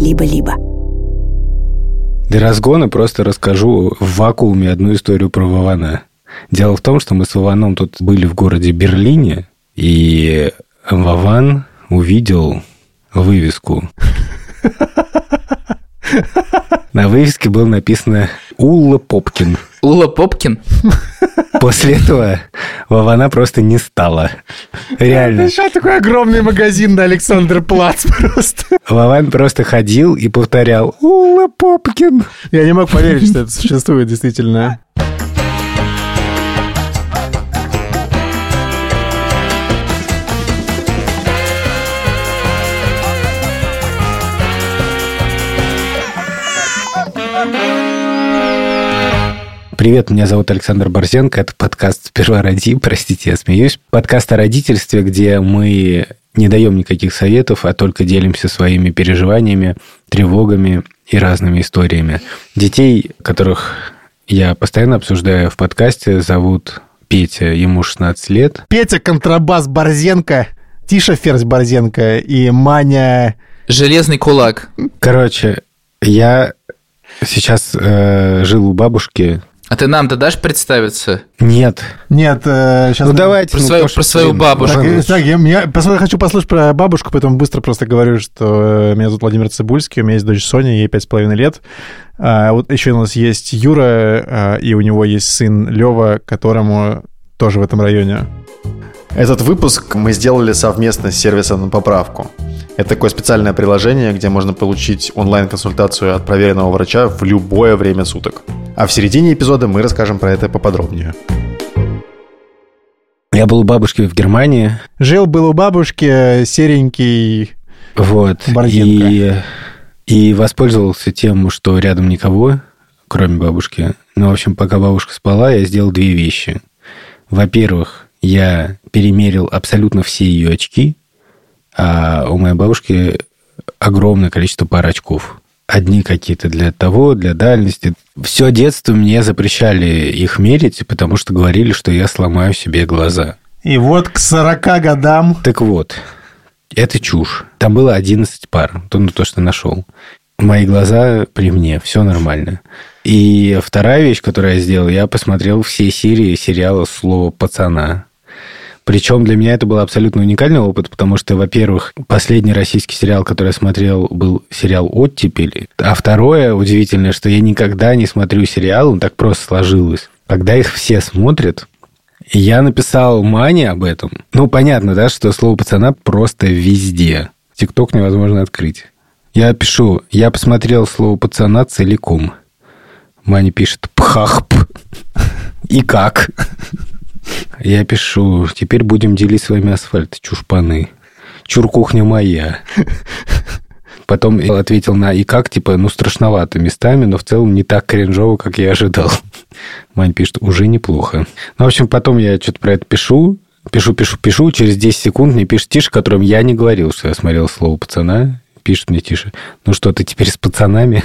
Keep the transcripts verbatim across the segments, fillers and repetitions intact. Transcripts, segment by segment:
либо-либо. Для разгона просто расскажу в вакууме одну историю про Вована. Дело в том, что мы с Вованом тут были в городе Берлине, и Вован увидел вывеску. На вывеске было написано «Улла Попкин». Улла Попкин? После этого Вована просто не стало. Реально. Это еще такой огромный магазин на Александр-Плац просто. Вован просто ходил и повторял «Улла Попкин». Я не мог поверить, что это существует действительно. Привет, меня зовут Александр Борзенко, это подкаст «Сперва роди», простите, я смеюсь. Подкаст о родительстве, где мы не даем никаких советов, а только делимся своими переживаниями, тревогами и разными историями. Детей, которых я постоянно обсуждаю в подкасте, зовут Петя, ему шестнадцать лет. Петя Контрабас Борзенко, Тиша Ферзь Борзенко и Маня... Железный кулак. Короче, я сейчас э, жил у бабушки. А ты нам-то дашь представиться? Нет. Нет, э, сейчас... Ну, давайте. Про, ну, свою, то, про свою бабушку. Так, так, я, я посмотри, хочу послушать про бабушку, поэтому быстро просто говорю, что меня зовут Владимир Цибульский, у меня есть дочь Соня, ей пять с половиной лет. А, вот еще у нас есть Юра, а, и у него есть сын Лева, которому тоже в этом районе. Этот выпуск мы сделали совместно с сервисом «На поправку». Это такое специальное приложение, где можно получить онлайн-консультацию от проверенного врача в любое время суток. А в середине эпизода мы расскажем про это поподробнее. Я был у бабушки в Германии. Жил-был у бабушки серенький Вот. Борзенко. И, и воспользовался тем, что рядом никого, кроме бабушки. Ну, в общем, пока бабушка спала, я сделал две вещи. Во-первых, я перемерил абсолютно все ее очки, а у моей бабушки огромное количество пар очков. Одни какие-то для того, для дальности. Все детство мне запрещали их мерить, потому что говорили, что я сломаю себе глаза. И вот к сорока годам... Так вот, это чушь. Там было одиннадцать пар, то, ну, то, что нашел. Мои глаза при мне, все нормально. И вторая вещь, которую я сделал, я посмотрел все серии сериала «Слово пацана». Причем для меня это был абсолютно уникальный опыт, потому что, во-первых, последний российский сериал, который я смотрел, был сериал «Оттепели». А второе удивительное, что я никогда не смотрю сериал, он так просто сложилось. Когда их все смотрят, я написал Мане об этом. Ну, понятно, да, что «Слово пацана» просто везде. ТикТок невозможно открыть. Я пишу, я посмотрел «Слово пацана» целиком. Маня пишет «Пхахп». И как? Я пишу, теперь будем делить с вами асфальт, чушпаны. Чур-кухня моя. Потом ответил на «и как», типа, ну, страшновато местами, но в целом не так кринжово, как я ожидал. Мань пишет, уже неплохо. Ну, в общем, потом я что-то про это пишу, пишу, пишу, пишу, через десять секунд мне пишет Тиша, которым я не говорил, что я смотрел «Слово пацана». Пишет мне Тиша, ну что, ты теперь с пацанами?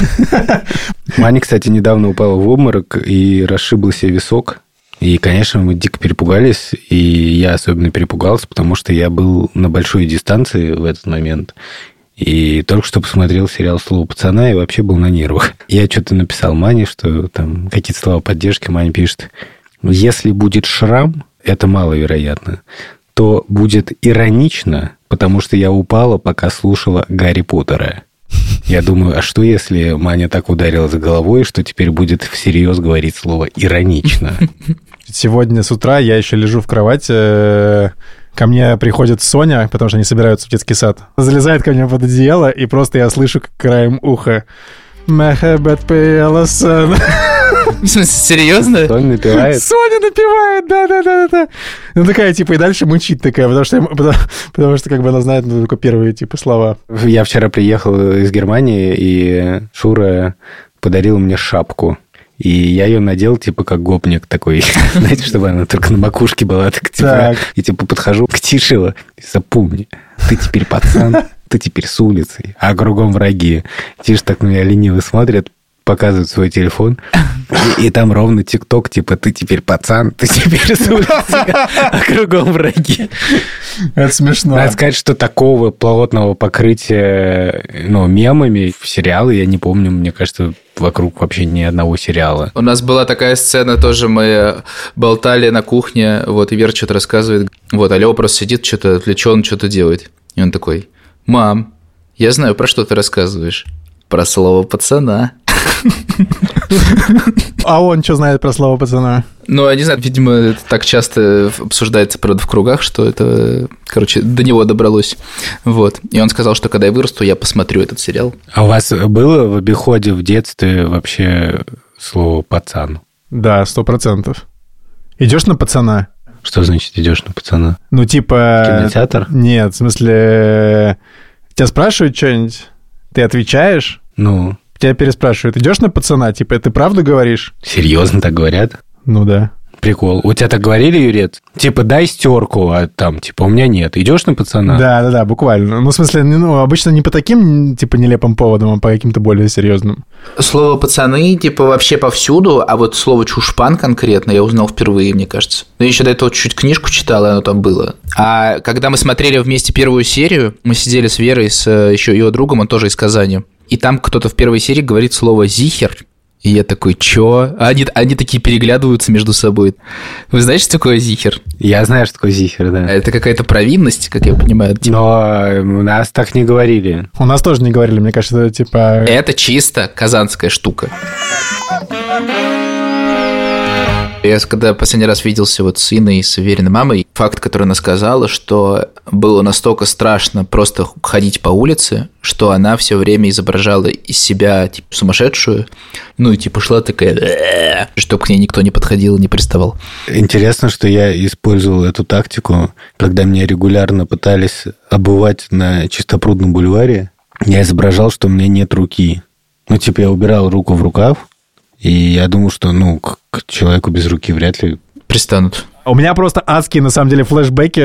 Маня, кстати, недавно упала в обморок и расшибла себе висок. И, конечно, мы дико перепугались, и я особенно перепугался, потому что я был на большой дистанции в этот момент, и только что посмотрел сериал «Слово пацана» и вообще был на нервах. Я что-то написал Мане, что там какие-то слова поддержки. Маня пишет, если будет шрам, это маловероятно, то будет иронично, потому что я упала, пока слушала Гарри Поттера. Я думаю, а что, если Маня так ударилась головой, что теперь будет всерьез говорить слово «иронично»? Сегодня с утра я еще лежу в кровати, ко мне приходит Соня, потому что они собираются в детский сад. Залезает ко мне под одеяло, и просто я слышу как краем уха «Махаббат пиаласан». В смысле, серьезно? Соня напевает? Соня напевает, да-да-да. Ну, такая, типа, и дальше мучит такая, потому что, потому, потому что как бы она знает ну, только первые, типа, слова. Я вчера приехал из Германии, и Шура подарила мне шапку. И я ее надел, типа, как гопник такой, знаете, чтобы она только на макушке была, так, типа, и, типа, подхожу к Тише, и запомни, ты теперь пацан, ты теперь с улицы, а кругом враги. Тише так на меня лениво смотрит, показывают свой телефон, и, и там ровно ТикТок, типа, ты теперь пацан, ты теперь с улицы, а кругом враги. Это смешно. Надо сказать, что такого плотного покрытия, ну, мемами в сериалы я не помню, мне кажется, вокруг вообще ни одного сериала. У нас была такая сцена тоже, мы болтали на кухне, вот, и Вера что-то рассказывает, вот, а Лёва просто сидит, что-то отвлечён, что-то делает. И он такой: мам, я знаю, про что ты рассказываешь. Про слово пацана. А он что знает про слово пацана? Ну, я не знаю, видимо, это так часто обсуждается, правда, в кругах, что это, короче, до него добралось. Вот. И он сказал, что когда я вырасту, я посмотрю этот сериал. А у вас было в обиходе в детстве вообще слово «пацан»? Да, сто процентов. Идешь на пацана? Что значит идешь на пацана? Ну, типа... Кинотеатр? Нет, в смысле... Тебя спрашивают что-нибудь, ты отвечаешь, Ну... тебя переспрашивают, идешь на пацана? Типа, ты правду говоришь? Серьезно так говорят? Ну да. Прикол. У тебя так говорили, Юрец? Типа, дай стерку, а там, типа, у меня нет. Идешь на пацана? Да, да, да, буквально. Ну, в смысле, ну, обычно не по таким, типа, нелепым поводам, а по каким-то более серьезным. Слово «пацаны» типа вообще повсюду, а вот слово «чушпан» конкретно я узнал впервые, мне кажется. Но я еще до этого чуть книжку читал, и оно там было. А когда мы смотрели вместе первую серию, мы сидели с Верой, с еще ее другом, он тоже из Казани, и там кто-то в первой серии говорит слово «зихер», и я такой: чё? А они, они такие переглядываются между собой. Вы знаете, что такое зихер? Я знаю, что такое зихер, да. Это какая-то провинность, как я понимаю. Типа... Но у нас так не говорили. У нас тоже не говорили, мне кажется, это типа... Это чисто казанская штука. Я когда последний раз виделся вот с Инной и с Вериной мамой, факт, который она сказала, что было настолько страшно просто ходить по улице, что она все время изображала из себя типа сумасшедшую, ну и типа шла такая, чтобы к ней никто не подходил и не приставал. Интересно, что я использовал эту тактику, когда меня регулярно пытались обувать на Чистопрудном бульваре, я изображал, что у меня нет руки. Ну, типа, я убирал руку в рукав, и я думал, что, ну, к человеку без руки вряд ли... Пристанут. У меня просто адские, на самом деле, флешбеки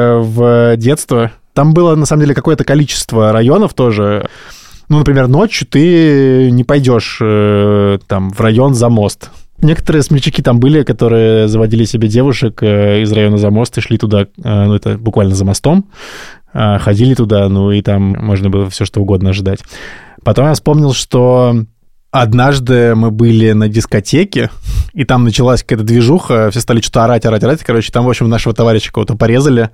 в детство. Там было, на самом деле, какое-то количество районов тоже. Ну, например, ночью ты не пойдешь там в район за мост. Некоторые смельчаки там были, которые заводили себе девушек из района за мост и шли туда, ну, это буквально за мостом, ходили туда, ну, и там можно было все что угодно ожидать. Потом я вспомнил, что... Однажды мы были на дискотеке, и там началась какая-то движуха, все стали что-то орать, орать, орать. Короче, там, в общем, нашего товарища кого-то порезали,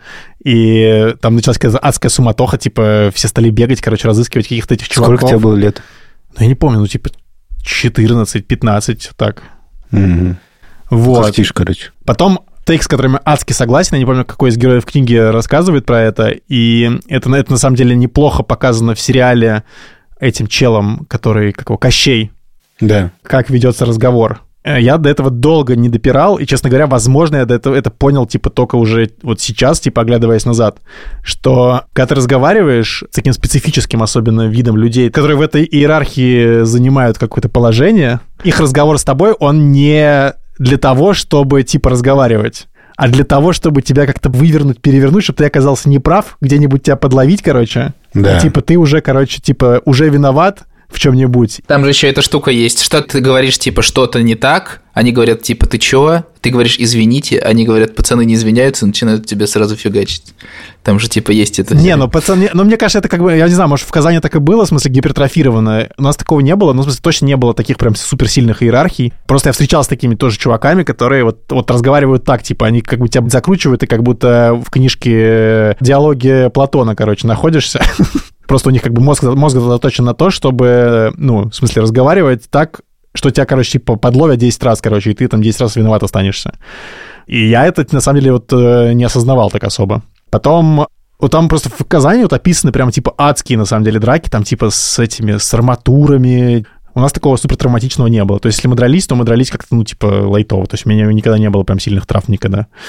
и там началась какая-то адская суматоха, типа, все стали бегать, короче, разыскивать каких-то этих чуваков. Сколько тебе было лет? Ну, я не помню, ну, типа, четырнадцать-пятнадцать, так. Угу. Вот. Костишь, короче. Потом тейк, с которым я адски согласен, я не помню, какой из героев книги рассказывает про это, и это, это на самом деле неплохо показано в сериале этим челом, который, как его, Кощей. Да. Как ведется разговор. Я до этого долго не допирал, и, честно говоря, возможно, я до этого это понял, типа, только уже вот сейчас, типа, оглядываясь назад, что когда ты разговариваешь с таким специфическим, особенно видом людей, которые в этой иерархии занимают какое-то положение, их разговор с тобой, он не для того, чтобы, типа, разговаривать, а для того, чтобы тебя как-то вывернуть, перевернуть, чтобы ты оказался неправ, где-нибудь тебя подловить, короче. Да. И, типа, ты уже, короче, типа, уже виноват в чем-нибудь. Там же еще эта штука есть. Что ты говоришь, типа, что-то не так, они говорят, типа, ты чего? Ты говоришь, извините, они говорят, пацаны не извиняются, начинают тебя сразу фигачить. Там же, типа, есть это. Не, ну, пацаны, ну, мне кажется, это как бы, я не знаю, может, в Казани так и было, в смысле, гипертрофировано. У нас такого не было, ну, в смысле, точно не было таких прям суперсильных иерархий. Просто я встречался с такими тоже чуваками, которые вот, вот разговаривают так, типа, они как бы тебя закручивают, и как будто в книжке «Диалоги Платона», короче, находишься. Просто у них как бы мозг, мозг заточен на то, чтобы, ну, в смысле, разговаривать так, что тебя, короче, типа подловят десять раз, короче, и ты там десять раз виноват останешься. И я это, на самом деле, вот не осознавал так особо. Потом, вот там просто в Казани вот описаны прям, типа, адские, на самом деле, драки, там, типа, с этими, с арматурами. У нас такого супертравматичного не было. То есть, если мы дрались, то мы дрались как-то, ну, типа, лайтово. То есть, у меня никогда не было прям сильных травм никогда.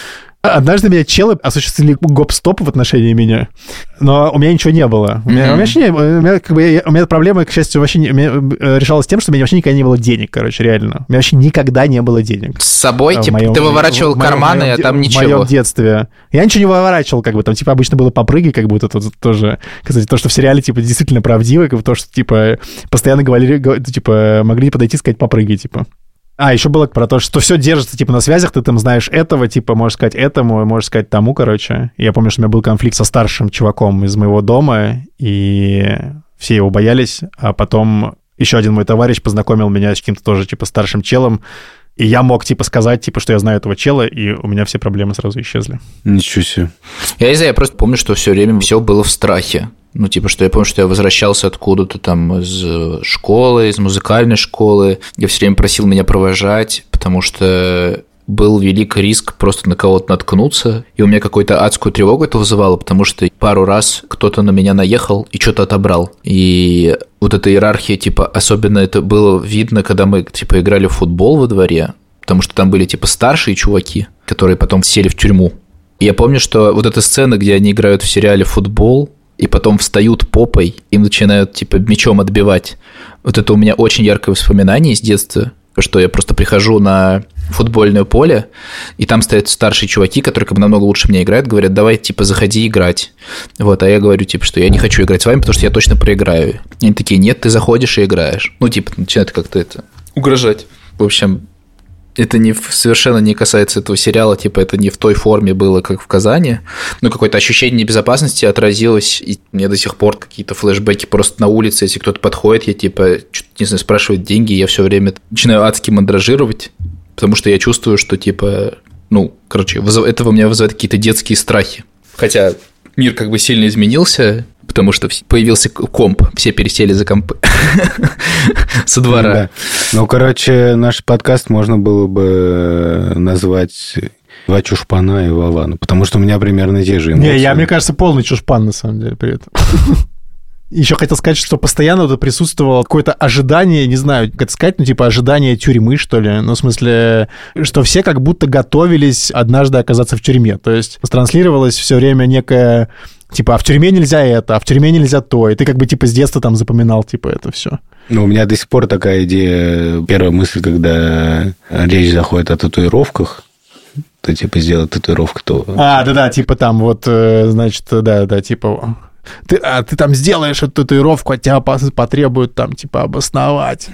Однажды меня челы осуществили гоп-стоп в отношении меня, но у меня ничего не было. У меня, mm-hmm. у меня вообще не, у меня, как бы, я, у меня проблема, к счастью, вообще не, у меня решалась тем, что у меня вообще никогда не было денег, короче, реально. У меня вообще никогда не было денег. С собой? А, типа моем, ты выворачивал в, карманы, в моем, а там в ничего? В моем детстве. Я ничего не выворачивал, как бы, там, типа, обычно было попрыгай, как будто тут тоже, кстати, то, что в сериале, типа, действительно правдиво, как бы то, что, типа, постоянно говорили, типа, могли подойти и сказать попрыгай, типа. А, еще было про то, что все держится, типа, на связях, ты там знаешь этого, типа, можешь сказать этому, можешь сказать тому, короче. И я помню, что у меня был конфликт со старшим чуваком из моего дома, и все его боялись, а потом еще один мой товарищ познакомил меня с каким-то тоже, типа, старшим челом, и я мог, типа, сказать, типа, что я знаю этого чела, и у меня все проблемы сразу исчезли. Ничего себе. Я не знаю, я просто помню, что все время все было в страхе. Ну, типа, что я помню, что я возвращался откуда-то там из школы, из музыкальной школы. Я все время просил меня провожать, потому что был велик риск просто на кого-то наткнуться. И у меня какую-то адскую тревогу это вызывало, потому что пару раз кто-то на меня наехал и что-то отобрал. И вот эта иерархия, типа, особенно это было видно, когда мы, типа, играли в футбол во дворе, потому что там были, типа, старшие чуваки, которые потом сели в тюрьму. И я помню, что вот эта сцена, где они играют в сериале «Футбол», и потом встают попой, им начинают, типа, мячом отбивать. Вот это у меня очень яркое воспоминание с детства, что я просто прихожу на футбольное поле, и там стоят старшие чуваки, которые как бы намного лучше меня играют, говорят, давай, типа, заходи играть. Вот, а я говорю, типа, что я не хочу играть с вами, потому что я точно проиграю. И они такие, нет, ты заходишь и играешь. Ну, типа, начинают как-то это угрожать. В общем, это не, совершенно не касается этого сериала, типа, это не в той форме было, как в Казани, но какое-то ощущение небезопасности отразилось, и мне до сих пор какие-то флешбеки просто на улице, если кто-то подходит, я, типа, что-то, не знаю, спрашивает деньги, я все время начинаю адски мандражировать, потому что я чувствую, что, типа, ну, короче, это во мне вызывает какие-то детские страхи. Хотя мир как бы сильно изменился, потому что появился комп, все пересели за компы со двора. Да. Ну, короче, наш подкаст можно было бы назвать «Два чушпана и Вована», потому что у меня примерно те же эмоции. Не, я, мне кажется, полный чушпан, на самом деле, при этом. Еще хотел сказать, что постоянно вот присутствовало какое-то ожидание, не знаю, как это сказать, ну, типа ожидание тюрьмы, что ли. Ну, в смысле, что все как будто готовились однажды оказаться в тюрьме. То есть транслировалось все время некое, типа, а в тюрьме нельзя это, а в тюрьме нельзя то. И ты как бы, типа, с детства там запоминал, типа, это все. Ну, у меня до сих пор такая идея, первая мысль, когда речь заходит о татуировках, то, типа, сделать татуировку, то... А, да-да, типа там вот, значит, да-да, типа... Ты, а ты там сделаешь эту татуировку, а тебя потребуют там, типа, обосновать.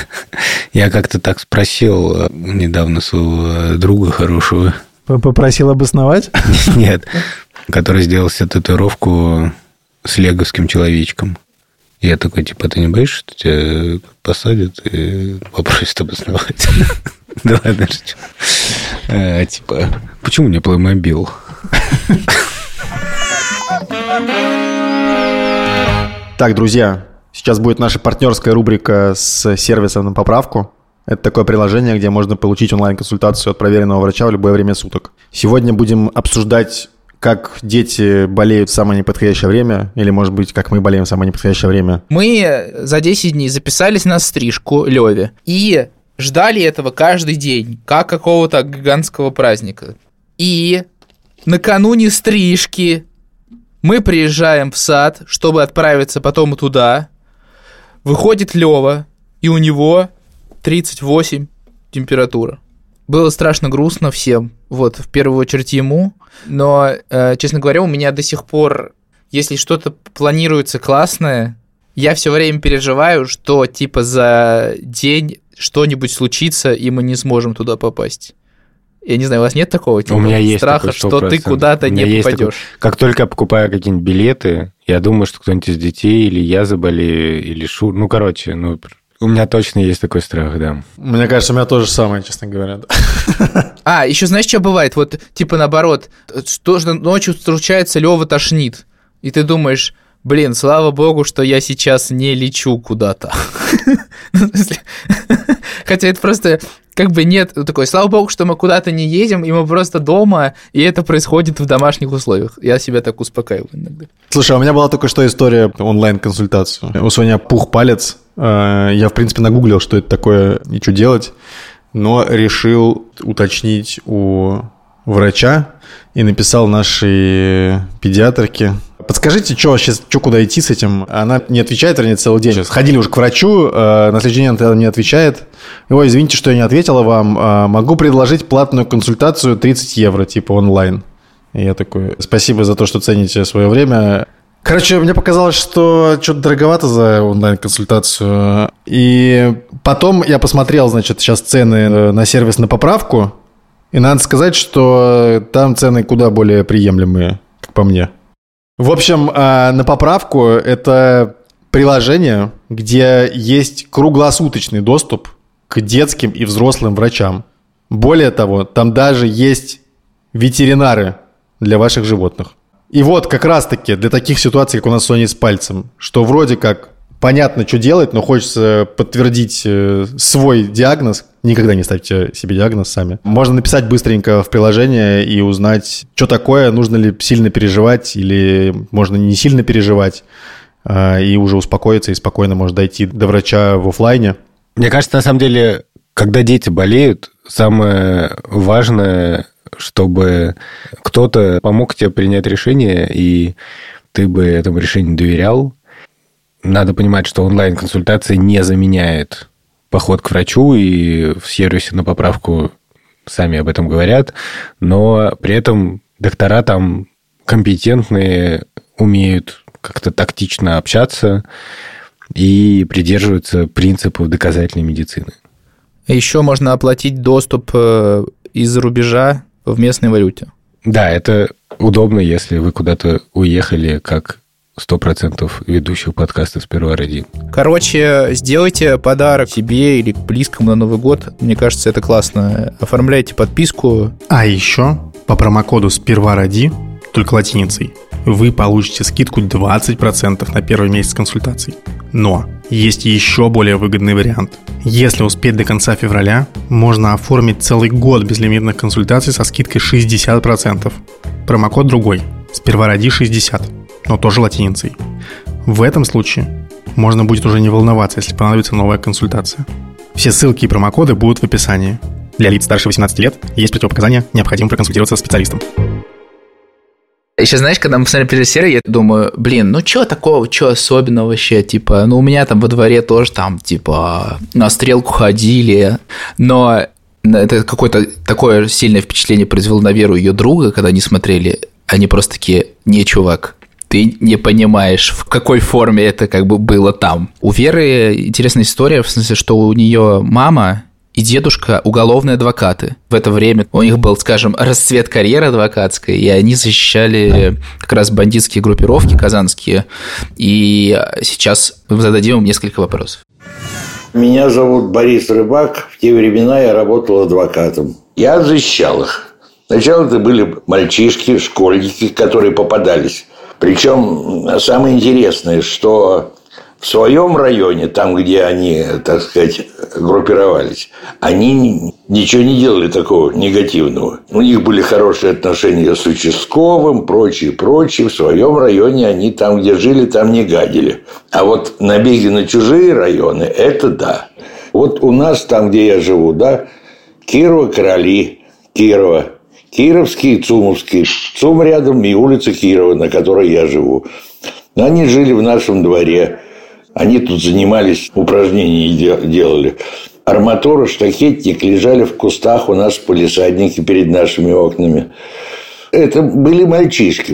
Я как-то так спросил недавно своего друга хорошего. Попросил обосновать? Нет, который сделал себе татуировку с леговским человечком. Я такой, типа, ты не боишься, что тебя посадят и попросят обосновать? Да ладно, шучу. Типа, почему не Playmobil? Так, друзья, сейчас будет наша партнерская рубрика с сервисом на поправку. Это такое приложение, где можно получить онлайн-консультацию от проверенного врача в любое время суток. Сегодня будем обсуждать, как дети болеют в самое неподходящее время, или, может быть, как мы болеем в самое неподходящее время. Мы за десять дней записались на стрижку Лёве и ждали этого каждый день, как какого-то гигантского праздника. И накануне стрижки мы приезжаем в сад, чтобы отправиться потом туда. Выходит Лёва, и у него тридцать восемь температура. Было страшно грустно всем, вот, в первую очередь ему. Но, э, честно говоря, у меня до сих пор, если что-то планируется классное, я все время переживаю, что, типа, за день что-нибудь случится, и мы не сможем туда попасть. Я не знаю, у вас нет такого типа, у меня есть страха, такой, что ты куда-то не попадешь? Как только я покупаю какие-нибудь билеты, я думаю, что кто-нибудь из детей, или я заболею, или Шур. Ну, короче, ну, у меня точно есть такой страх, да. Мне кажется, у меня тоже самое, честно говоря. А, еще знаешь, что бывает? Вот, типа, наоборот, что же ночью случается, Лёва тошнит, и ты думаешь... Блин, слава богу, что я сейчас не лечу куда-то. Хотя это просто как бы нет такой, слава богу, что мы куда-то не едем, и мы просто дома, и это происходит в домашних условиях. Я себя так успокаиваю иногда. Слушай, а у меня была только что история онлайн-консультацию. У Сони пух палец. Я, в принципе, нагуглил, что это такое и что делать, но решил уточнить у врача, и написал нашей педиатрке: подскажите, что сейчас, что куда идти с этим? Она не отвечает, вернее, целый день. Сходили уже к врачу, э, на следующий день она не отвечает. Ой, извините, что я не ответила вам. Э, могу предложить платную консультацию тридцать евро, типа онлайн. И я такой: спасибо за то, что цените свое время. Короче, мне показалось, что что-то дороговато за онлайн-консультацию. И потом я посмотрел, значит, сейчас цены на сервис на поправку. И надо сказать, что там цены куда более приемлемые, как по мне. В общем, на поправку это приложение, где есть круглосуточный доступ к детским и взрослым врачам. Более того, там даже есть ветеринары для ваших животных. И вот как раз-таки для таких ситуаций, как у нас с Соней с пальцем, что вроде как понятно, что делать, но хочется подтвердить свой диагноз. Никогда не ставьте себе диагноз сами. Можно написать быстренько в приложение и узнать, что такое, нужно ли сильно переживать или можно не сильно переживать, и уже успокоиться и спокойно может дойти до врача в офлайне. Мне кажется, на самом деле, когда дети болеют, самое важное, чтобы кто-то помог тебе принять решение, и ты бы этому решению доверял. Надо понимать, что онлайн-консультация не заменяет поход к врачу, и в сервисе на поправку сами об этом говорят, но при этом доктора там компетентные, умеют как-то тактично общаться и придерживаются принципов доказательной медицины. Еще можно оплатить доступ из-за рубежа в местной валюте. Да, это удобно, если вы куда-то уехали, как сто процентов ведущих подкастов «Сперва ради». Короче, сделайте подарок себе или близкому на Новый год. Мне кажется, это классно. Оформляйте подписку. А еще по промокоду «Сперва ради», только латиницей, вы получите скидку двадцать процентов на первый месяц консультаций. Но есть еще более выгодный вариант. Если успеть до конца февраля, можно оформить целый год безлимитных консультаций со скидкой шестьдесят процентов. Промокод другой – «Сперва ради шестьдесят», но тоже латиницей. В этом случае можно будет уже не волноваться, если понадобится новая консультация. Все ссылки и промокоды будут в описании. Для лиц старше восемнадцати лет есть противопоказания, необходимо проконсультироваться с специалистом. Еще, знаешь, когда мы посмотрели первую серию, я думаю, блин, ну что такого, что особенного вообще, типа, ну у меня там во дворе тоже там, типа, на стрелку ходили, но это какое-то такое сильное впечатление произвело на Веру ее друга, когда они смотрели, они просто такие: не, чувак, ты не понимаешь, в какой форме это как бы было там. У Веры интересная история, в смысле, что у нее мама и дедушка уголовные адвокаты. В это время у них был, скажем, расцвет карьеры адвокатской, и они защищали как раз бандитские группировки казанские. И сейчас зададим им несколько вопросов. Меня зовут Борис Рыбак. В те времена я работал адвокатом. Я защищал их. Сначала это были мальчишки, школьники, которые попадались. Причем самое интересное, что в своем районе, там, где они, так сказать, группировались, они ничего не делали такого негативного. У них были хорошие отношения с участковым, прочее, прочее. В своем районе они там, где жили, там не гадили. А вот набеги на чужие районы – это да. Вот у нас там, где я живу, да, Кирово-Короли, Кирова, Кировский и Цумовский. Цум рядом и улица Кирова, на которой я живу. Они жили в нашем дворе. Они тут занимались, упражнения делали. Арматура, штакетник лежали в кустах у нас в палисаднике перед нашими окнами. Это были мальчишки.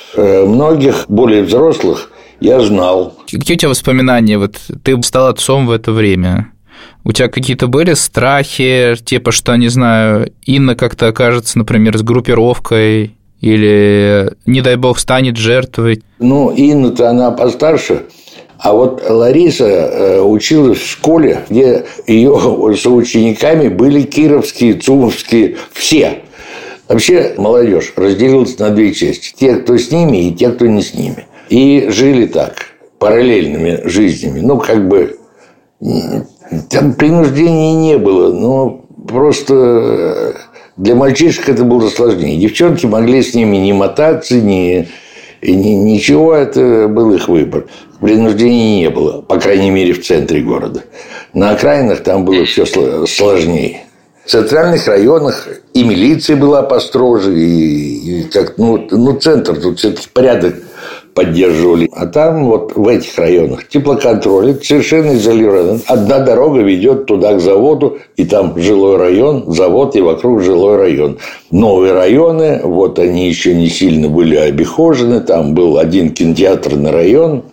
Многих более взрослых я знал. Какие у тебя воспоминания? Вот ты стал отцом в это время. У тебя какие-то были страхи, типа, что, не знаю, Инна как-то окажется, например, с группировкой, или, не дай бог, станет жертвой? Ну, Инна-то она постарше. А вот Лариса училась в школе, где ее соучениками были кировские, цумовские, все. Вообще молодежь разделилась на две части. Те, кто с ними, и те, кто не с ними. И жили так, параллельными жизнями. Ну, как бы, там принуждения не было. Но просто для мальчишек это было сложнее. Девчонки могли с ними не мотаться, не... И ничего, это был их выбор. Принуждения не было, по крайней мере, в центре города. На окраинах там было все сложнее. В центральных районах и милиция была построже, и, и как, ну, ну, центр, тут все-таки порядок поддерживали. А там вот в этих районах теплоконтроль, это совершенно изолировано. Одна дорога ведет туда к заводу, и там жилой район, завод, и вокруг жилой район. Новые районы, вот они еще не сильно были обихожены, там был один кинотеатр на район,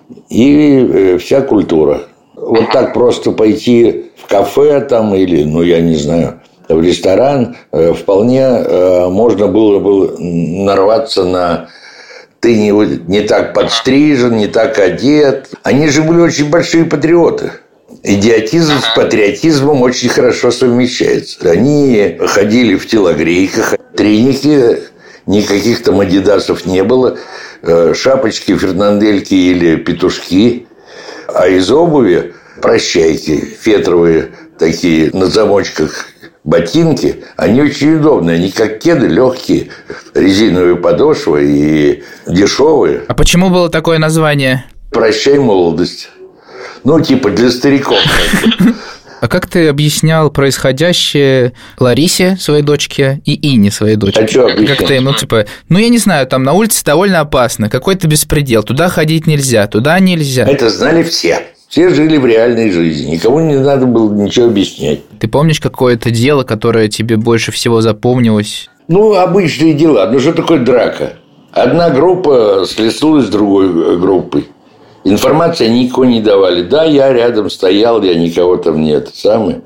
и вся культура. Вот так просто пойти в кафе там или, ну, я не знаю, в ресторан, вполне можно было бы нарваться на... Ты не, не так подстрижен, не так одет. Они же были очень большие патриоты. Идиотизм с патриотизмом очень хорошо совмещается. Они ходили в телогрейках, треники, никаких там адидасов не было, шапочки, фернандельки или петушки. А из обуви прощайки, фетровые такие на замочках ботинки, они очень удобные. Они как кеды, легкие, резиновые подошвы и дешевые. А почему было такое название? «Прощай, молодость». Ну, типа для стариков. А как ты объяснял происходящее Ларисе, своей дочке, и Ине, своей дочке? А что объяснять? Как ты, ну, типа, ну, я не знаю, там на улице довольно опасно, какой-то беспредел, туда ходить нельзя, туда нельзя. Это знали все. Все жили в реальной жизни. Никому не надо было ничего объяснять. Ты помнишь какое-то дело, которое тебе больше всего запомнилось? Ну, обычные дела. Ну, что такое драка? Одна группа слезнулась с другой группой. Информации они никакой не давали. Да, я рядом стоял, я никого там нет. Самое.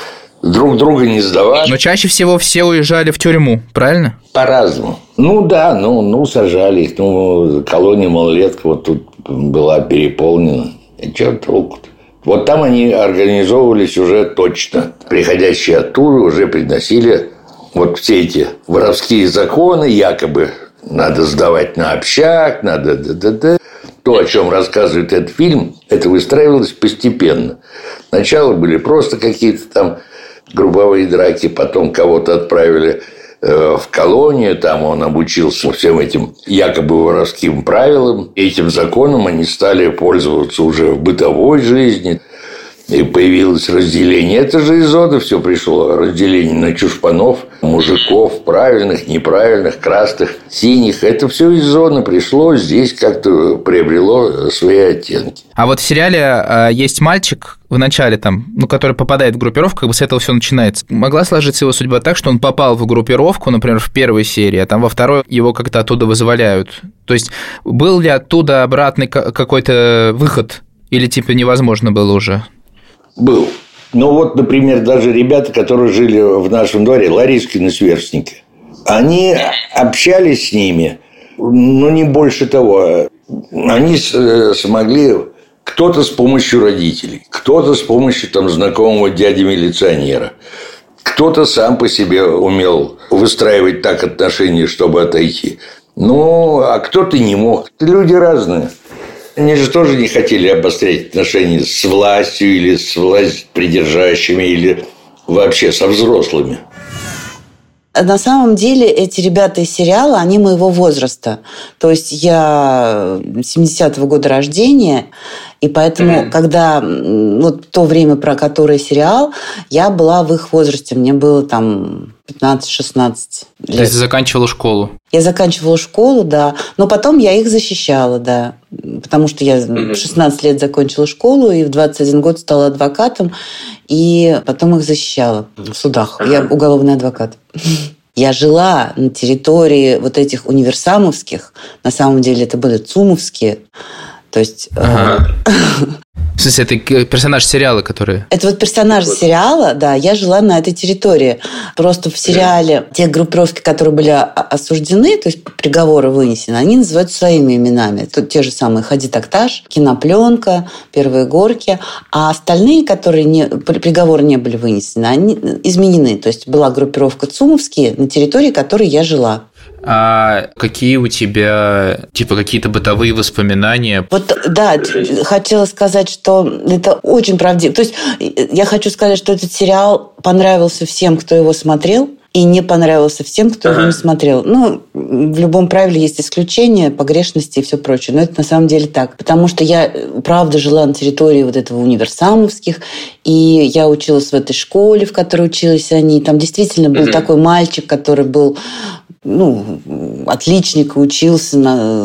Друг друга не сдавали. Но чаще всего все уезжали в тюрьму, правильно? По-разному. Ну, да, ну, ну сажали их. Ну, колония малолетка вот тут была переполнена. И что толку-то? Вот там они организовывались уже точно. Приходящие оттуда уже приносили вот все эти воровские законы, якобы надо сдавать на общак, надо... Да-да-да. То, о чем рассказывает этот фильм, это выстраивалось постепенно. Сначала были просто какие-то там групповые драки, потом кого-то отправили в колонию, там он обучился всем этим якобы воровским правилам. Этим законом они стали пользоваться уже в бытовой жизни. И появилось разделение. Это же из зоны все пришло. Разделение на чушпанов, мужиков, правильных, неправильных, красных, синих. Это все из зоны пришло. Здесь как-то приобрело свои оттенки. А вот в сериале э, есть мальчик в начале там, ну, который попадает в группировку, как бы с этого все начинается. Могла сложиться его судьба так, что он попал в группировку, например, в первой серии, а там во второй его как-то оттуда вызволяют. То есть был ли оттуда обратный какой-то выход? Или типа невозможно было уже? Был. Ну, вот, например, даже ребята, которые жили в нашем дворе, Ларискины сверстники, они общались с ними, но не больше того. Они смогли... Кто-то с помощью родителей, кто-то с помощью там, знакомого дяди-милиционера, кто-то сам по себе умел выстраивать так отношения, чтобы отойти. Ну, а кто-то не мог. Люди разные. Они же тоже не хотели обострять отношения с властью или с власть придержащими, или вообще со взрослыми. На самом деле эти ребята из сериала, они моего возраста. То есть я семидесятого года рождения, и поэтому, mm-hmm. когда вот то время, про которое сериал, я была в их возрасте. Мне было там пятнадцать-шестнадцать лет. То есть ты заканчивала школу? Я заканчивала школу, да. Но потом я их защищала, да. Потому что я в шестнадцать лет закончила школу и в двадцать один год стала адвокатом. И потом их защищала в судах. Я уголовный адвокат. Я жила на территории вот этих универсамовских. На самом деле это были цумовские. То есть... Ага. В смысле, это персонаж сериала, который... Это вот персонаж сериала, да, я жила на этой территории. Просто в сериале те группировки, которые были осуждены, то есть приговоры вынесены, они называются своими именами. Тут те же самые «Хади Такташ», «Кинопленка», «Первые горки». А остальные, которые не, приговоры не были вынесены, они изменены. То есть была группировка «Цумовские», на территории которой я жила. А какие у тебя, типа, какие-то бытовые воспоминания? Вот, да, хотела сказать, что это очень правдиво. То есть я хочу сказать, что этот сериал понравился всем, кто его смотрел. и не понравился всем, кто его не смотрел. Ну, в любом правиле есть исключения, погрешности и все прочее. Но это на самом деле так. Потому что я, правда, жила на территории вот этого универсамовских, и я училась в этой школе, в которой учились они. Там действительно был mm-hmm. такой мальчик, который был... ну, отличник, учился,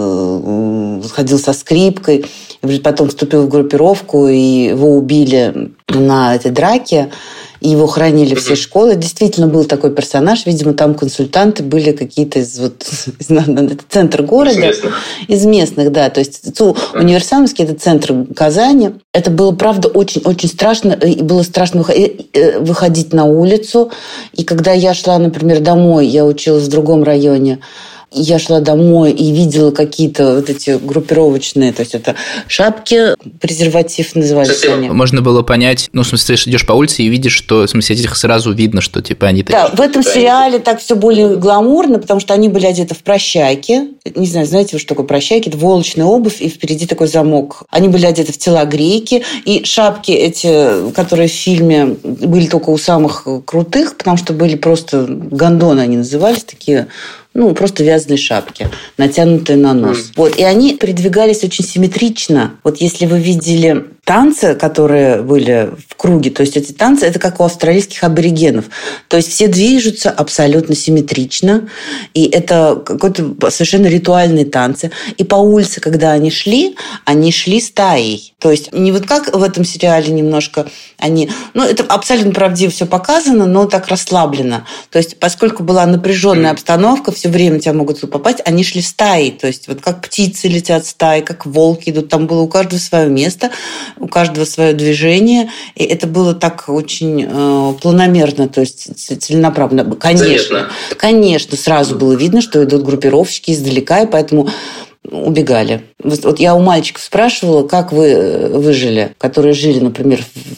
на, ходил со скрипкой, потом вступил в группировку, и его убили на этой драке, и его хранили все школы. Действительно был такой персонаж. Видимо, там консультанты были какие-то из... Вот, из это центр города. Из местных. Из местных, да. То есть Универсамовский – это центр Казани. Это было, правда, очень-очень страшно. И было страшно выходить на улицу. И когда я шла, например, домой, я училась в другом районе, я шла домой и видела какие-то вот эти группировочные, то есть это шапки, презерватив назывались они. Можно было понять, ну, в смысле, ты идешь по улице и видишь, что, в смысле, этих сразу видно, что, типа, они такие. Да, в этом сериале так все более гламурно, потому что они были одеты в прощайки. Не знаю, знаете вы, что такое прощайки? Это волочная обувь, и впереди такой замок. Они были одеты в телогрейки, и шапки эти, которые в фильме были только у самых крутых, потому что были просто гондоны, они назывались, такие... Ну, просто вязаные шапки, натянутые на нос. Mm. Вот. И они передвигались очень симметрично. Вот если вы видели танцы, которые были в круге, то есть эти танцы, это как у австралийских аборигенов. То есть все движутся абсолютно симметрично. И это какой-то совершенно ритуальные танцы. И по улице, когда они шли, они шли стаей. То есть не вот как в этом сериале немножко они... Ну, это абсолютно правдиво все показано, но так расслаблено. То есть поскольку была напряженная обстановка, все время тебя могут попасть, они шли стаей. То есть вот как птицы летят стаи, как волки идут. Там было у каждого свое место, у каждого свое движение. И это было так очень э, планомерно, то есть целенаправленно. Конечно, Заметно. конечно, сразу было видно, что идут группировщики издалека, и поэтому убегали. Вот я у мальчиков спрашивала, как вы выжили, которые жили, например,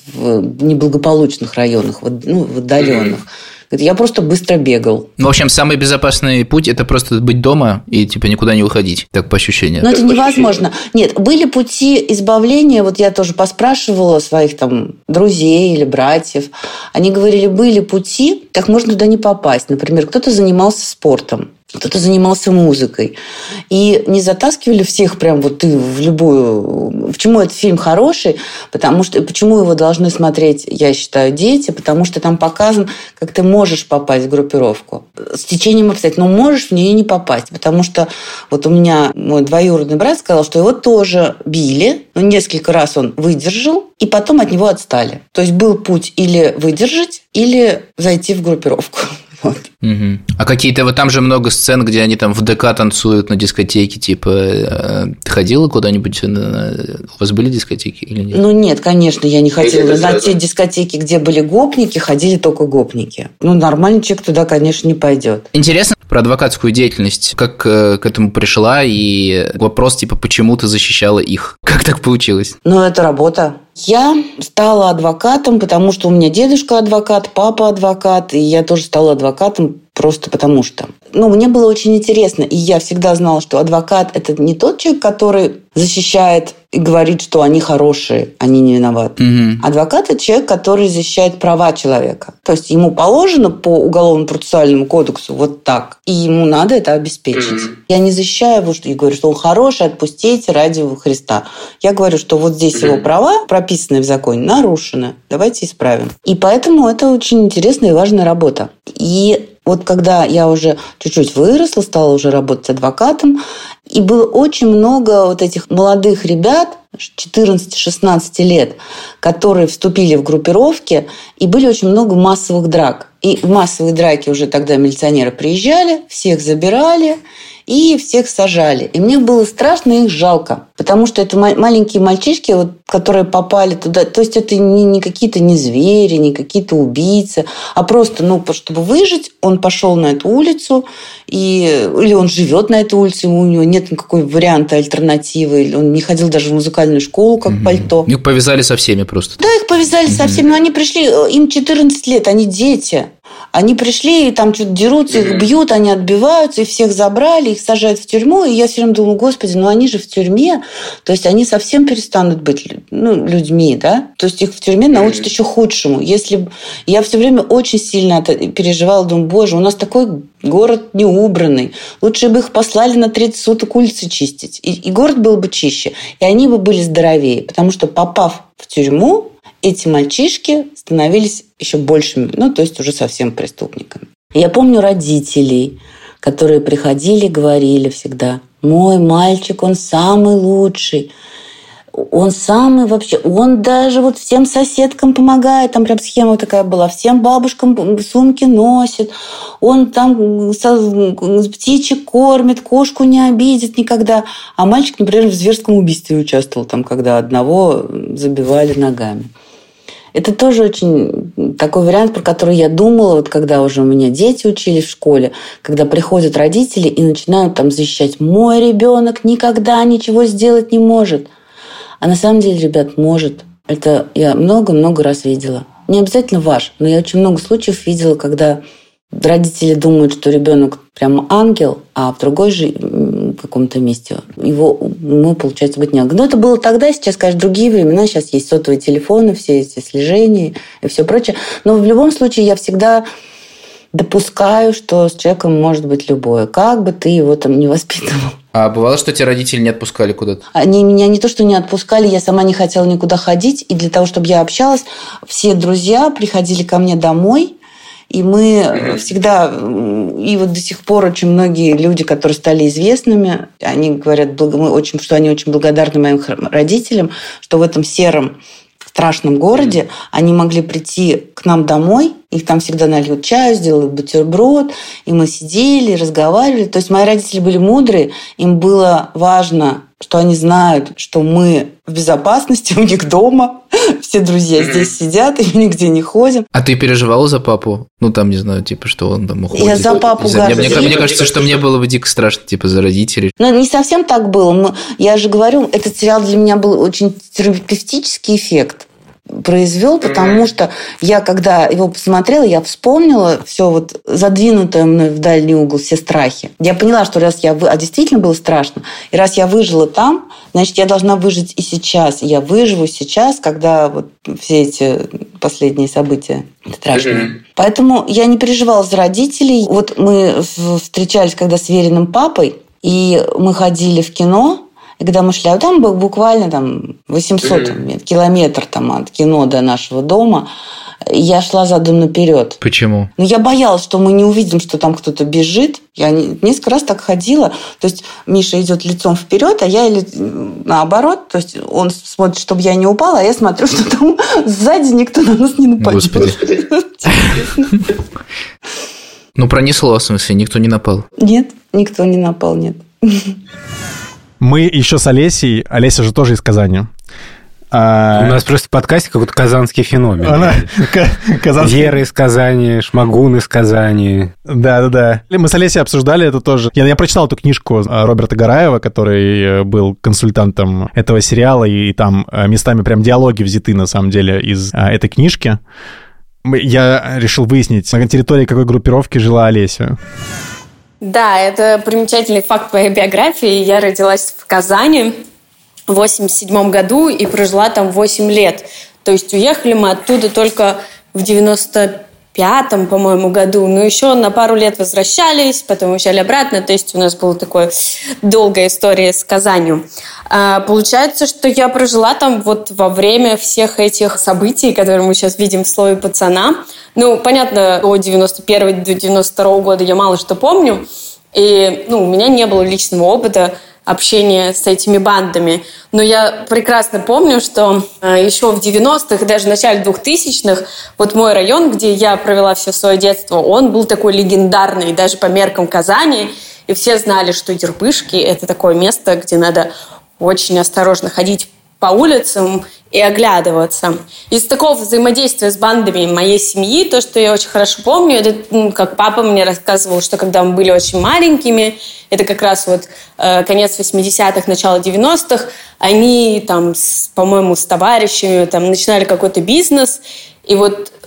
в неблагополучных районах, ну, в отдаленных. Я просто быстро бегал. Ну, в общем, самый безопасный путь – это просто быть дома и типа никуда не уходить, так по ощущениям. Но это невозможно. Нет, были пути избавления, вот я тоже поспрашивала своих там друзей или братьев. Они говорили, были пути, как можно туда не попасть. Например, кто-то занимался спортом, кто-то занимался музыкой. И не затаскивали всех прям вот ты в любую... Почему этот фильм хороший? Потому что... Почему его должны смотреть, я считаю, дети? Потому что там показан, как ты можешь попасть в группировку. С течением обстоятельств. Но можешь в нее не попасть. Потому что вот у меня мой двоюродный брат сказал, что его тоже били. Но несколько раз он выдержал, и потом от него отстали. То есть был путь или выдержать, или зайти в группировку. Вот. Угу. А какие-то вот там же много сцен, где они там в ДК танцуют на дискотеке, типа ты ходила куда-нибудь? У вас были дискотеки или нет? Ну нет, конечно, я не ходила. На те дискотеки, где были гопники, ходили только гопники. Ну нормальный человек туда, конечно, не пойдет. Интересно про адвокатскую деятельность. Как к этому пришла и вопрос типа почему ты защищала их? Как так получилось? Ну это работа. Я стала адвокатом, потому что у меня дедушка адвокат, папа адвокат, и я тоже стала адвокатом просто потому что. Ну, мне было очень интересно, и я всегда знала, что адвокат – это не тот человек, который защищает и говорит, что они хорошие, они не виноваты. Угу. Адвокат – это человек, который защищает права человека. То есть ему положено по уголовно-процессуальному кодексу вот так, и ему надо это обеспечить. Угу. Я не защищаю его и говорю, что он хороший, отпустите ради Христа. Я говорю, что вот здесь угу. его права, прописанные в законе, нарушены. Давайте исправим. И поэтому это очень интересная и важная работа. И вот когда я уже чуть-чуть выросла, стала уже работать адвокатом, и было очень много вот этих молодых ребят, четырнадцать-шестнадцать лет, которые вступили в группировки, и были очень много массовых драк. И в массовые драки уже тогда милиционеры приезжали, всех забирали и всех сажали. И мне было страшно их жалко, потому что это маленькие мальчишки, вот, которые попали туда. То есть это не, не какие-то не звери, не какие-то убийцы, а просто, ну, чтобы выжить, он пошел на эту улицу, и, или он живет на этой улице, у него нет никакой варианта альтернативы, или он не ходил даже в музыкальную школу, как угу. пальто. Их повязали со всеми просто. Да, их повязали угу. со всеми, но они пришли, им четырнадцать лет, они дети. Они пришли, и там что-то дерутся, их бьют, они отбиваются, и всех забрали, их сажают в тюрьму. И я все время думаю, господи, ну они же в тюрьме, то есть они совсем перестанут быть ну, людьми, да? То есть их в тюрьме научат еще худшему. Если я все время очень сильно переживала, думаю, боже, у нас такой город неубранный, лучше бы их послали на тридцать суток улицы чистить, и, и город был бы чище, и они бы были здоровее, потому что, попав в тюрьму, эти мальчишки становились еще большими, ну, то есть уже совсем преступниками. Я помню родителей, которые приходили, говорили всегда, мой мальчик, он самый лучший, он самый вообще, он даже вот всем соседкам помогает, там прям схема такая была, всем бабушкам сумки носит, он там птичек кормит, кошку не обидит никогда. А мальчик, например, в зверском убийстве участвовал, там, когда одного забивали ногами. Это тоже очень такой вариант, про который я думала, вот когда уже у меня дети учились в школе, когда приходят родители и начинают там защищать, мой ребенок никогда ничего сделать не может. А на самом деле, ребят, может. Это я много-много раз видела. Не обязательно ваш, но я очень много случаев видела, когда родители думают, что ребенок прям ангел, а в другой же каком-то месте его ему, получается, быть не ангел. Но это было тогда, сейчас, конечно, другие времена. Сейчас есть сотовые телефоны, все эти слежения и все прочее. Но в любом случае я всегда допускаю, что с человеком может быть любое. Как бы ты его там не воспитывал. А бывало, что тебя родители не отпускали куда-то? Они меня не то, что не отпускали, я сама не хотела никуда ходить. И для того, чтобы я общалась, все друзья приходили ко мне домой. И мы mm-hmm. всегда... И вот до сих пор очень многие люди, которые стали известными, они говорят, мы очень, что они очень благодарны моим родителям, что в этом сером страшном городе mm-hmm. они могли прийти к нам домой, их там всегда нальют чаю, сделают бутерброд, и мы сидели, разговаривали. То есть мои родители были мудрые, им было важно, что они знают, что мы в безопасности у них дома, все друзья mm-hmm. здесь сидят, и мы нигде не ходим. А ты переживала за папу? Ну, там, не знаю, типа, что он там уходит. Я за папу за... мне, мне, мне кажется, что мне было бы дико страшно, типа, за родителей. Ну, не совсем так было. Мы... Я же говорю, этот сериал для меня был очень терапевтический эффект произвел, потому mm-hmm. что я, когда его посмотрела, я вспомнила все вот задвинутое мной в дальний угол, все страхи. Я поняла, что раз я... Вы... А действительно было страшно. И раз я выжила там, значит, я должна выжить и сейчас. И я выживу сейчас, когда вот все эти последние события страшные. Mm-hmm. Поэтому я не переживала за родителей. Вот мы встречались когда с Вериным папой, и мы ходили в кино. И когда мы шли, а там был буквально там, восемьсот mm-hmm. километров там, от кино до нашего дома, я шла задом наперед. Почему? Ну, я боялась, что мы не увидим, что там кто-то бежит. Я несколько раз так ходила. То есть Миша идет лицом вперед, а я наоборот. То есть он смотрит, чтобы я не упала, а я смотрю, что там сзади никто на нас не нападет. Господи. Ну, пронесло, в смысле, никто не напал? Нет, никто не напал, нет. Мы еще с Олесей. Олеся же тоже из Казани. А... У нас просто в подкасте какой-то казанский феномен. Она... Казанский... Вера из Казани, Шмагун из Казани. Да-да-да. Мы с Олесей обсуждали это тоже. Я, я прочитал эту книжку Роберта Гараева, который был консультантом этого сериала, и там местами прям диалоги взяты, на самом деле, из этой книжки. Я решил выяснить, на территории какой группировки жила Олеся. Да, это примечательный факт моей биографии. Я родилась в Казани в восемьдесят седьмом году и прожила там восемь лет. То есть уехали мы оттуда только в девяносто пятом, по-моему, году. Но еще на пару лет возвращались, потом уезжали обратно. То есть у нас была такая долгая история с Казанью. А, получается, что я прожила там вот во время всех этих событий, которые мы сейчас видим в слове «пацана». Ну, понятно, от девяносто первого до девяносто второго года я мало что помню. И ну, у меня не было личного опыта общения с этими бандами. Но я прекрасно помню, что э, еще в девяностых, даже в начале двухтысячных, вот мой район, где я провела все свое детство, он был такой легендарный, даже по меркам Казани. И все знали, что Ербышки – это такое место, где надо очень осторожно ходить по улицам и оглядываться. Из такого взаимодействия с бандами моей семьи, то, что я очень хорошо помню, это, ну, как папа мне рассказывал, что когда мы были очень маленькими, это как раз вот э, конец восьмидесятых, начало девяностых, они там, с, по-моему, с товарищами там начинали какой-то бизнес, и вот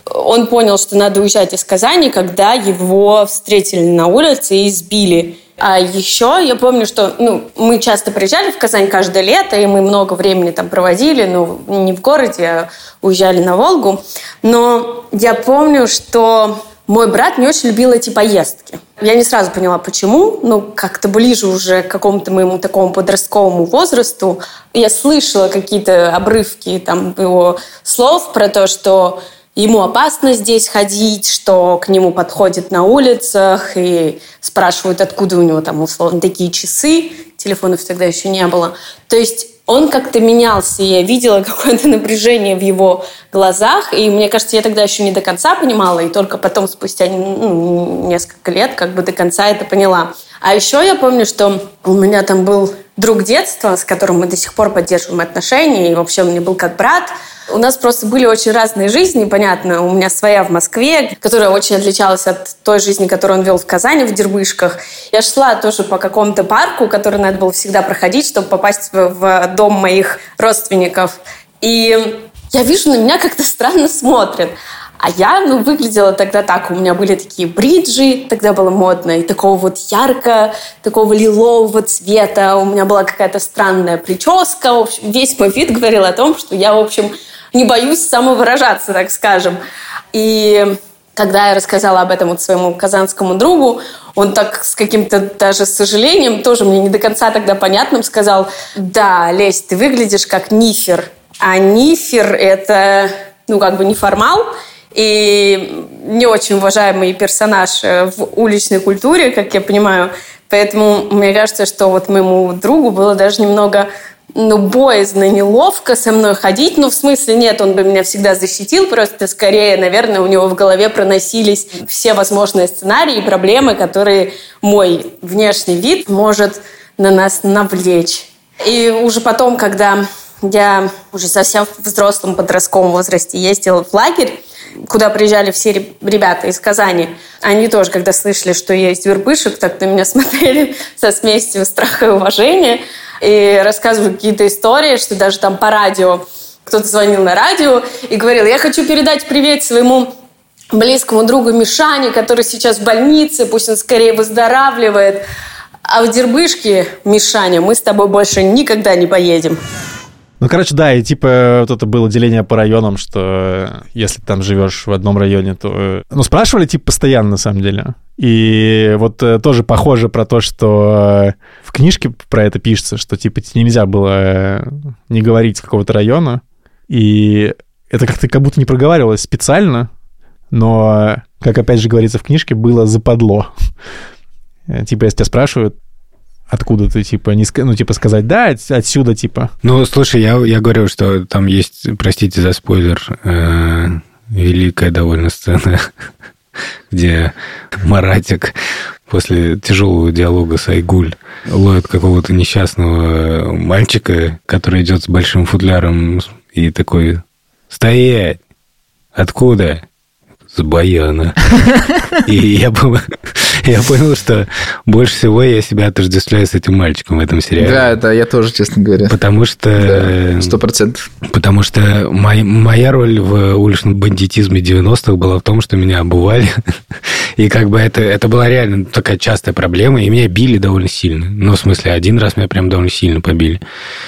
он понял, что надо уезжать из Казани, когда его встретили на улице и избили. А еще я помню, что ну, мы часто приезжали в Казань каждое лето, и мы много времени там проводили, ну, не в городе, а уезжали на Волгу. Но я помню, что мой брат не очень любил эти поездки. Я не сразу поняла, почему. Ну, как-то ближе уже к какому-то моему такому подростковому возрасту. Я слышала какие-то обрывки там, его слов про то, что ему опасно здесь ходить, что к нему подходят на улицах и спрашивают, откуда у него там условно такие часы. Телефонов тогда еще не было. То есть он как-то менялся, и я видела какое-то напряжение в его глазах, и мне кажется, я тогда еще не до конца понимала, и только потом, спустя ну, несколько лет, как бы до конца это поняла. А еще я помню, что у меня там был друг детства, с которым мы до сих пор поддерживаем отношения, и вообще он мне был как брат. У нас просто были очень разные жизни, понятно. У меня своя в Москве, которая очень отличалась от той жизни, которую он вел в Казани, в Дербышках. Я шла тоже по какому-то парку, который надо было всегда проходить, чтобы попасть в, в дом моих родственников. И я вижу, на меня как-то странно смотрят. А я, ну, выглядела тогда так. У меня были такие бриджи, тогда было модно, и такого вот ярко, такого лилового цвета. У меня была какая-то странная прическа. В общем, весь мой вид говорил о том, что я, в общем, не боюсь самовыражаться, так скажем. И когда я рассказала об этом вот своему казанскому другу, он так с каким-то даже сожалением, тоже мне не до конца тогда понятным, сказал: да, Лесь, ты выглядишь как нифер. А нифер – это, ну, как бы неформал, и не очень уважаемый персонаж в уличной культуре, как я понимаю. Поэтому мне кажется, что вот моему другу было даже немного, ну, боязно, неловко со мной ходить. Ну, в смысле, нет, он бы меня всегда защитил. Просто скорее, наверное, у него в голове проносились все возможные сценарии и проблемы, которые мой внешний вид может на нас навлечь. И уже потом, когда я уже совсем в взрослом подростковом возрасте ездила в лагерь, куда приезжали все ребята из Казани. Они тоже, когда слышали, что я из Дербышек, так на меня смотрели со смесью страха и уважения и рассказывали какие-то истории, что даже там по радио кто-то звонил на радио и говорил: я хочу передать привет своему близкому другу Мишане, который сейчас в больнице, пусть он скорее выздоравливает. А в Дербышке, Мишаня, мы с тобой больше никогда не поедем. Ну, короче, да, и типа вот это было деление по районам, что если ты там живешь в одном районе, то... Ну, спрашивали типа постоянно, на самом деле. И вот тоже похоже про то, что в книжке про это пишется, что типа нельзя было не говорить с какого-то района. И это как-то как будто не проговаривалось специально, но, как опять же говорится в книжке, было западло. Типа, если тебя спрашивают, откуда ты, типа, не, ну, типа, сказать, да, отсюда, типа. Ну, слушай, я, я говорю, что там есть, простите за спойлер, э, великая довольно сцена, где Маратик после тяжелого диалога с Айгуль ловит какого-то несчастного мальчика, который идет с большим футляром и такой: стоять! Откуда? С баяна. И я, я понял, что больше всего я себя отождествляю с этим мальчиком в этом сериале. Да, да, я тоже, честно говоря. Потому что... Сто процентов. Потому что моя, моя роль в уличном бандитизме девяностых была в том, что меня обували. И как бы это, это была реально такая частая проблема. И меня били довольно сильно. Ну, в смысле, один раз меня прям довольно сильно побили.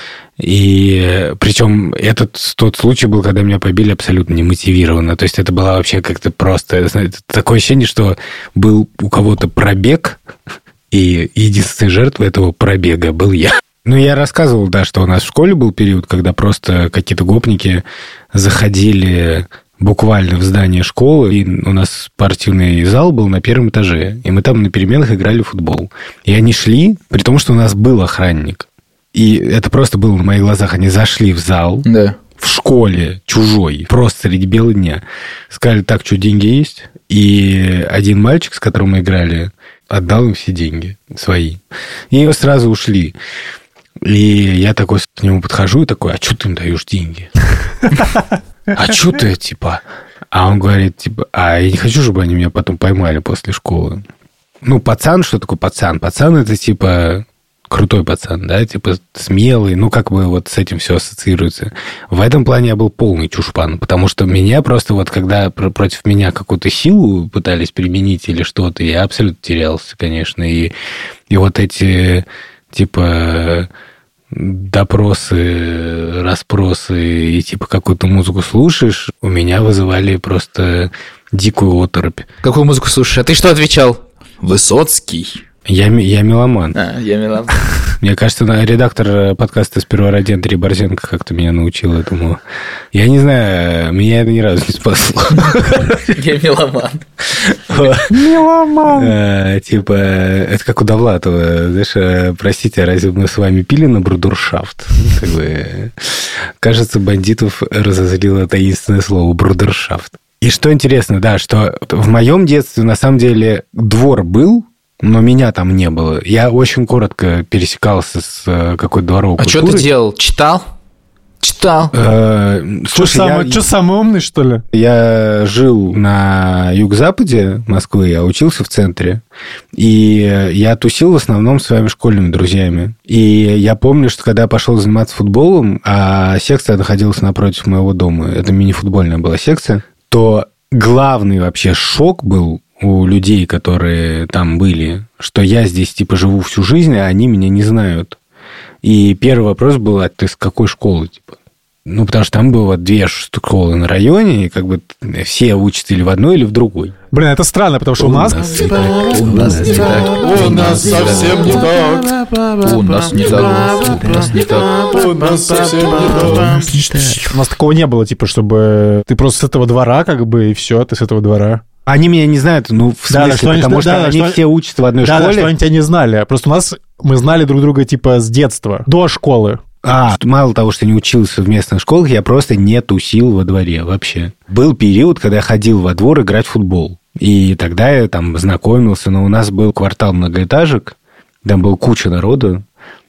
И причем этот тот случай был, когда меня побили абсолютно немотивированно. То есть это было вообще как-то просто... Знаете, такое ощущение, что был у кого-то пробег, и единственной жертвой этого пробега был я. Ну, я рассказывал, да, что у нас в школе был период, когда просто какие-то гопники заходили буквально в здание школы, и у нас спортивный зал был на первом этаже, и мы там на переменах играли в футбол. И они шли, при том, что у нас был охранник. И это просто было на моих глазах. Они зашли в зал, да, в школе чужой, просто среди бела дня. Сказали: так, что, деньги есть? И один мальчик, с которым мы играли, отдал им все деньги свои. И сразу ушли. И я такой к нему подхожу и такой: а что ты им даешь деньги? А что ты, типа? А он говорит, типа: а я не хочу, чтобы они меня потом поймали после школы. Ну, пацан, что такое пацан? Пацан – это, типа... крутой пацан, да, типа смелый, ну, как бы вот с этим все ассоциируется. В этом плане я был полный чушпан, потому что меня просто вот, когда против меня какую-то силу пытались применить или что-то, я абсолютно терялся, конечно, и, и вот эти, типа... допросы, расспросы и типа какую-то музыку слушаешь, у меня вызывали просто дикую оторопь. Какую музыку слушаешь? А ты что отвечал? Высоцкий. Я, я меломан. А, я меломан. Мне кажется, редактор подкаста «Сперва ради» Андрей Борзенко как-то меня научил этому. Я не знаю, меня это ни разу не спасло. Я меломан. Меломан. Типа, это как у Довлатова. Знаешь, простите, а разве мы с вами пили на брудершафт? Как бы, кажется, бандитов разозлило таинственное слово брудершафт. И что интересно, да, что в моем детстве на самом деле двор был, но меня там не было. Я очень коротко пересекался с какой-то дворовой а культурой. А что ты делал? Читал? Читал? Э, слушай, что, я, самый, что, самый умный, что ли? Я жил на юго-западе Москвы, я учился в центре, и я тусил в основном с своими школьными друзьями. И я помню, что когда я пошел заниматься футболом, а секция находилась напротив моего дома, это мини-футбольная была секция, то главный вообще шок был у людей, которые там были, что я здесь, типа, живу всю жизнь, а они меня не знают. И первый вопрос был, а ты с какой школы, типа? Ну, потому что там было две школы на районе, и как бы все учатся или в одной, или в другой. Блин, это странно, потому что у, у нас... нас не так, у нас не так, у нас совсем не так. У нас не так, у нас не так. У нас совсем не так. У нас такого не было, типа, чтобы ты просто с этого двора, как бы, и все, ты с этого двора. Они меня не знают, ну, в смысле, да, что потому они, что да, они что все учатся в одной да, школе. Да, что они тебя не знали. Просто у нас мы знали друг друга, типа, с детства, до школы. А, мало того, что не учился в местных школах, я просто не тусил во дворе вообще. Был период, когда я ходил во двор играть в футбол. И тогда я там знакомился, но у нас был квартал многоэтажек, там была куча народу,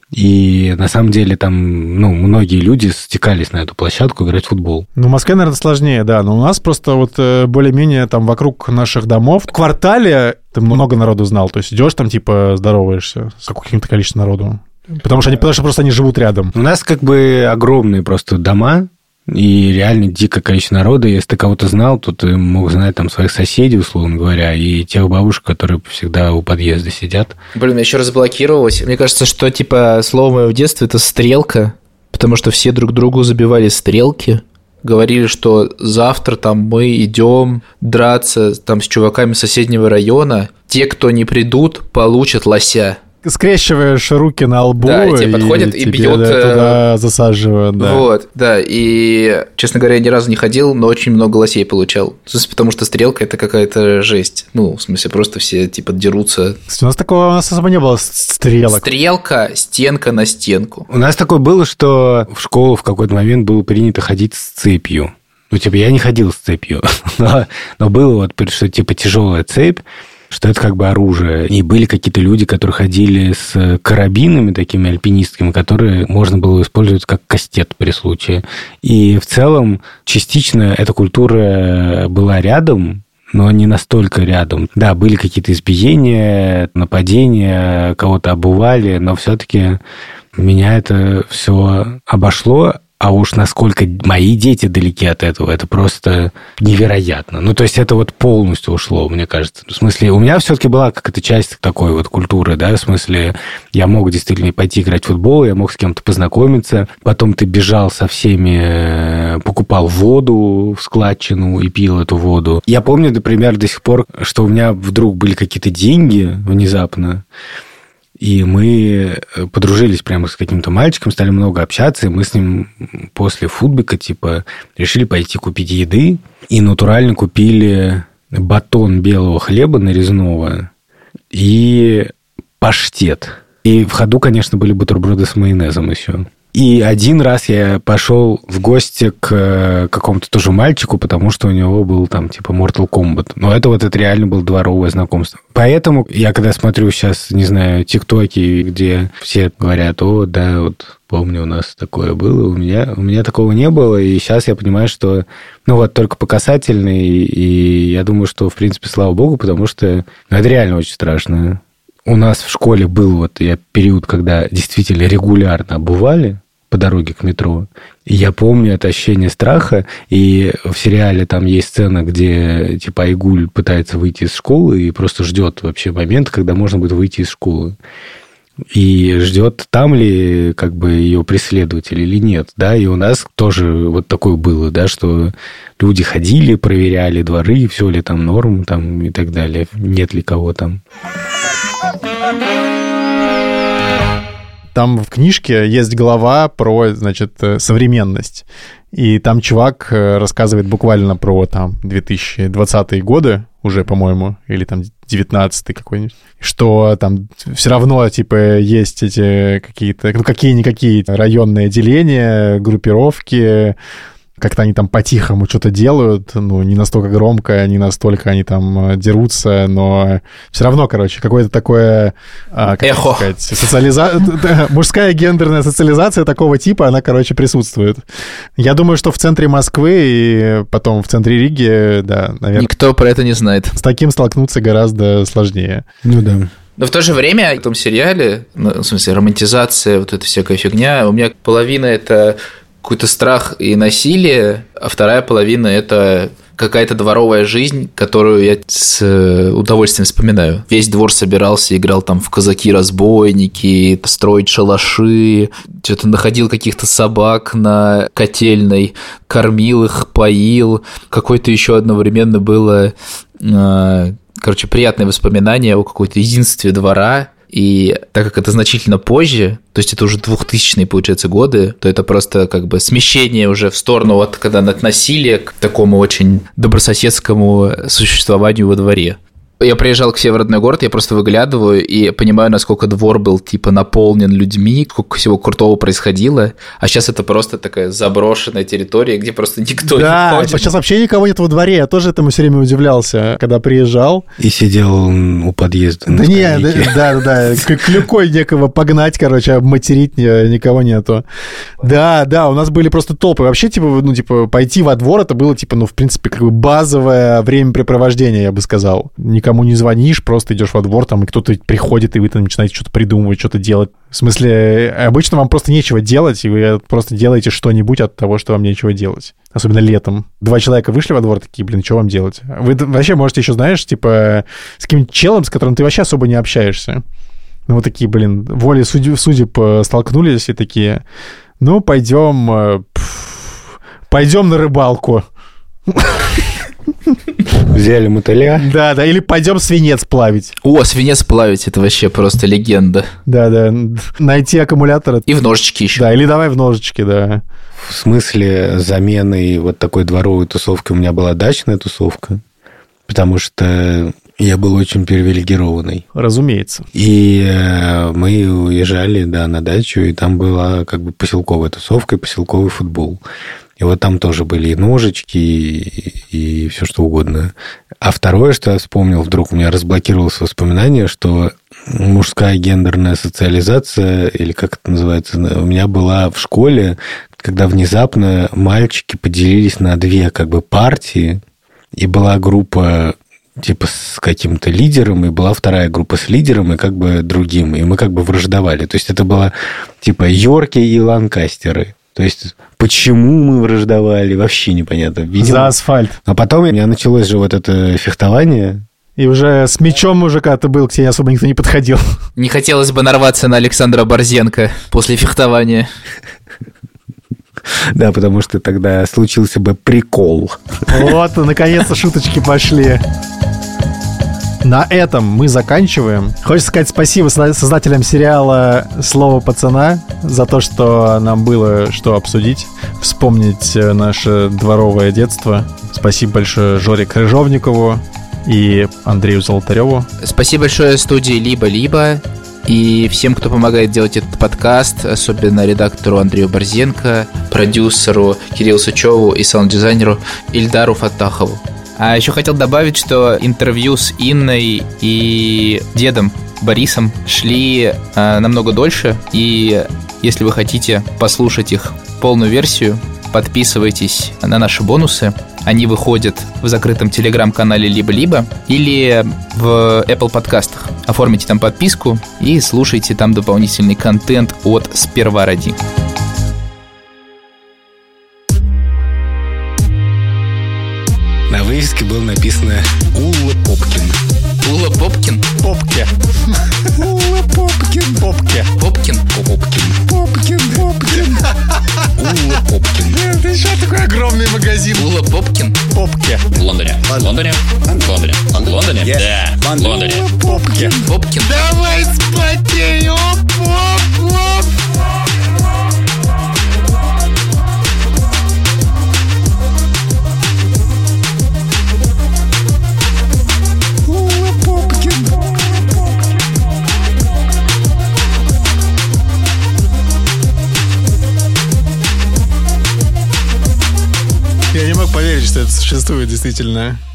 и на самом деле там, ну, многие люди стекались на эту площадку играть в футбол. Ну, в Москве, наверное, сложнее, да, но у нас просто вот более-менее там вокруг наших домов, в квартале ты много народу знал, то есть идешь там, типа, здороваешься с каким-то количеством народу. Потому что они, потому что просто они живут рядом. У нас как бы огромные просто дома, и реально дикое количество народа. Если ты кого-то знал, то ты мог знать там своих соседей, условно говоря, и тех бабушек, которые всегда у подъезда сидят. Блин, я еще разблокировалось. Мне кажется, что типа слово моего детства – это стрелка, потому что все друг другу забивали стрелки. Говорили, что завтра там мы идем драться там с чуваками соседнего района. Те, кто не придут, получат лося. Скрещиваешь руки на лбу, да, и тебе подходят и, и бьют. Да, туда засаживают, да. Вот, да, и, честно говоря, я ни разу не ходил, но очень много лосей получал. В смысле, потому что стрелка – это какая-то жесть. Ну, в смысле, просто все, типа, дерутся. У нас такого, у нас особо не было стрелок. Стрелка, стенка на стенку. У нас такое было, что в школу в какой-то момент было принято ходить с цепью. Ну, типа, я не ходил с цепью, но, но было вот, что, типа, тяжелая цепь, что это как бы оружие. И были какие-то люди, которые ходили с карабинами такими альпинистскими, которые можно было использовать как кастет при случае. И в целом частично эта культура была рядом, но не настолько рядом. Да, были какие-то избиения, нападения, кого-то обували, но все-таки меня это все обошло. А уж насколько мои дети далеки от этого, это просто невероятно. Ну, то есть это вот полностью ушло, мне кажется. В смысле, у меня все-таки была какая-то часть такой вот культуры, да, в смысле, я мог действительно пойти играть в футбол, я мог с кем-то познакомиться, потом ты бежал со всеми, покупал воду в складчину и пил эту воду. Я помню, например, до сих пор, что у меня вдруг были какие-то деньги внезапно, и мы подружились прямо с каким-то мальчиком, стали много общаться, и мы с ним после футбика, типа, решили пойти купить еды, и натурально купили батон белого хлеба нарезного и паштет. И в ходу, конечно, были бутерброды с майонезом еще. И один раз я пошел в гости к какому-то тоже мальчику, потому что у него был там типа Mortal Kombat. Но это вот это реально было дворовое знакомство. Поэтому я когда смотрю сейчас, не знаю, тиктоки, где все говорят, о, да, вот помню, у нас такое было, у меня, у меня такого не было, и сейчас я понимаю, что, ну вот, только по касательной, и я думаю, что, в принципе, слава богу, потому что ну, это реально очень страшно. У нас в школе был вот я, период, когда действительно регулярно обували по дороге к метро. И я помню это ощущение страха. И в сериале там есть сцена, где типа Айгуль пытается выйти из школы и просто ждет вообще момент, когда можно будет выйти из школы. И ждет, там ли как бы ее преследователь или нет. Да? И у нас тоже вот такое было, да, что люди ходили, проверяли дворы, все ли там норм там, и так далее. Нет ли кого там. Там в книжке есть глава про, значит, современность. И там чувак рассказывает буквально про там две тысячи двадцатые годы уже, по-моему, или там девятнадцатый какой-нибудь, что там все равно, типа, есть эти какие-то, ну, какие-никакие районные деления, группировки, как-то они там по-тихому что-то делают, ну, не настолько громко, не настолько они там дерутся, но все равно, короче, какое-то такое... А, как Эхо. сказать, социализа... мужская гендерная социализация такого типа, она, короче, присутствует. Я думаю, что в центре Москвы и потом в центре Риги, да, наверное... Никто про это не знает. С таким столкнуться гораздо сложнее. Ну да. Но в то же время в том сериале, ну, в смысле, романтизация, вот эта всякая фигня, у меня половина это... какой-то страх и насилие, а вторая половина – это какая-то дворовая жизнь, которую я с удовольствием вспоминаю. Весь двор собирался, играл там в казаки-разбойники, строить шалаши, что-то находил каких-то собак на котельной, кормил их, поил. Какое-то еще одновременно было, короче, приятное воспоминание о какой-то единстве двора. И так как это значительно позже, то есть это уже двухтысячные, получается, годы, то это просто как бы смещение уже в сторону от, когда от насилия к такому очень добрососедскому существованию во дворе. Я приезжал к себе в родной город, я просто выглядываю и понимаю, насколько двор был, типа, наполнен людьми, сколько всего крутого происходило, а сейчас это просто такая заброшенная территория, где просто никто да, не ходит. Да, сейчас вообще никого нет во дворе, я тоже этому все время удивлялся, когда приезжал. И сидел у подъезда. Да не, да, да, да, клюкой некого погнать, короче, обматерить, никого нету. Да, да, у нас были просто толпы. Вообще, типа, ну, типа, пойти во двор, это было, типа, ну, в принципе, как бы базовое времяпрепровождение, я бы сказал. Никому не звонишь, просто идешь во двор, там, и кто-то приходит, и вы там начинаете что-то придумывать, что-то делать. В смысле, обычно вам просто нечего делать, и вы просто делаете что-нибудь от того, что вам нечего делать. Особенно летом. Два человека вышли во двор, такие, блин, что вам делать? Вы вообще можете еще, знаешь, типа, с каким-нибудь челом, с которым ты вообще особо не общаешься. Ну, вот такие, блин, волей судеб, судеб столкнулись, и такие, ну, пойдем, пойдем на рыбалку. Взяли мотыля. Да, да, или пойдем свинец плавить. О, свинец плавить, это вообще просто легенда. Да, да, найти аккумулятор. И в ножички еще. Да, или давай в ножички, да. В смысле замены вот такой дворовой тусовки у меня была дачная тусовка, потому что я был очень привилегированный. Разумеется. И мы уезжали, да, на дачу, и там была как бы поселковая тусовка и поселковый футбол. И вот там тоже были и ножички, и, и все что угодно. А второе, что я вспомнил, вдруг у меня разблокировалось воспоминание, что мужская гендерная социализация, или как это называется, у меня была в школе, когда внезапно мальчики поделились на две как бы партии, и была группа типа с каким-то лидером, и была вторая группа с лидером и как бы другим, и мы как бы враждовали. То есть это было типа Йорки и Ланкастеры. То есть, почему мы враждовали, вообще непонятно. Видимо. За асфальт. А потом у меня началось же вот это фехтование. И уже с мечом уже когда ты был, к тебе особо никто не подходил. Не хотелось бы нарваться на Александра Борзенко после фехтования. Да, потому что тогда случился бы прикол. Вот, наконец-то шуточки пошли. На этом мы заканчиваем. Хочется сказать спасибо создателям сериала «Слово пацана» за то, что нам было что обсудить, вспомнить наше дворовое детство. Спасибо большое Жоре Крыжовникову и Андрею Золотареву. Спасибо большое студии «Либо-либо» и всем, кто помогает делать этот подкаст, особенно редактору Андрею Борзенко, продюсеру Кириллу Сычеву и саунд-дизайнеру Ильдару Фаттахову. А еще хотел добавить, что интервью с Инной и дедом Борисом шли э, намного дольше, и если вы хотите послушать их полную версию, подписывайтесь на наши бонусы. Они выходят в закрытом телеграм-канале «Либо-либо» или в Apple подкастах. Оформите там подписку и слушайте там дополнительный контент от «Сперва роди». На вывеске было написано «Ула Попкин». Ула Попкин? Попке. Ула Попкин. Попке. Попкин? Попкин. Попкин, Попкин. Ула Попкин. Это еще такой огромный магазин. Ула Попкин? Попке. В Лондоне. В Лондоне. В Лондоне. В Лондоне. Да. В Лондоне. Попке. Попкин? Давай спотей, оп, оп, оп. Я не мог поверить, что это существует действительно.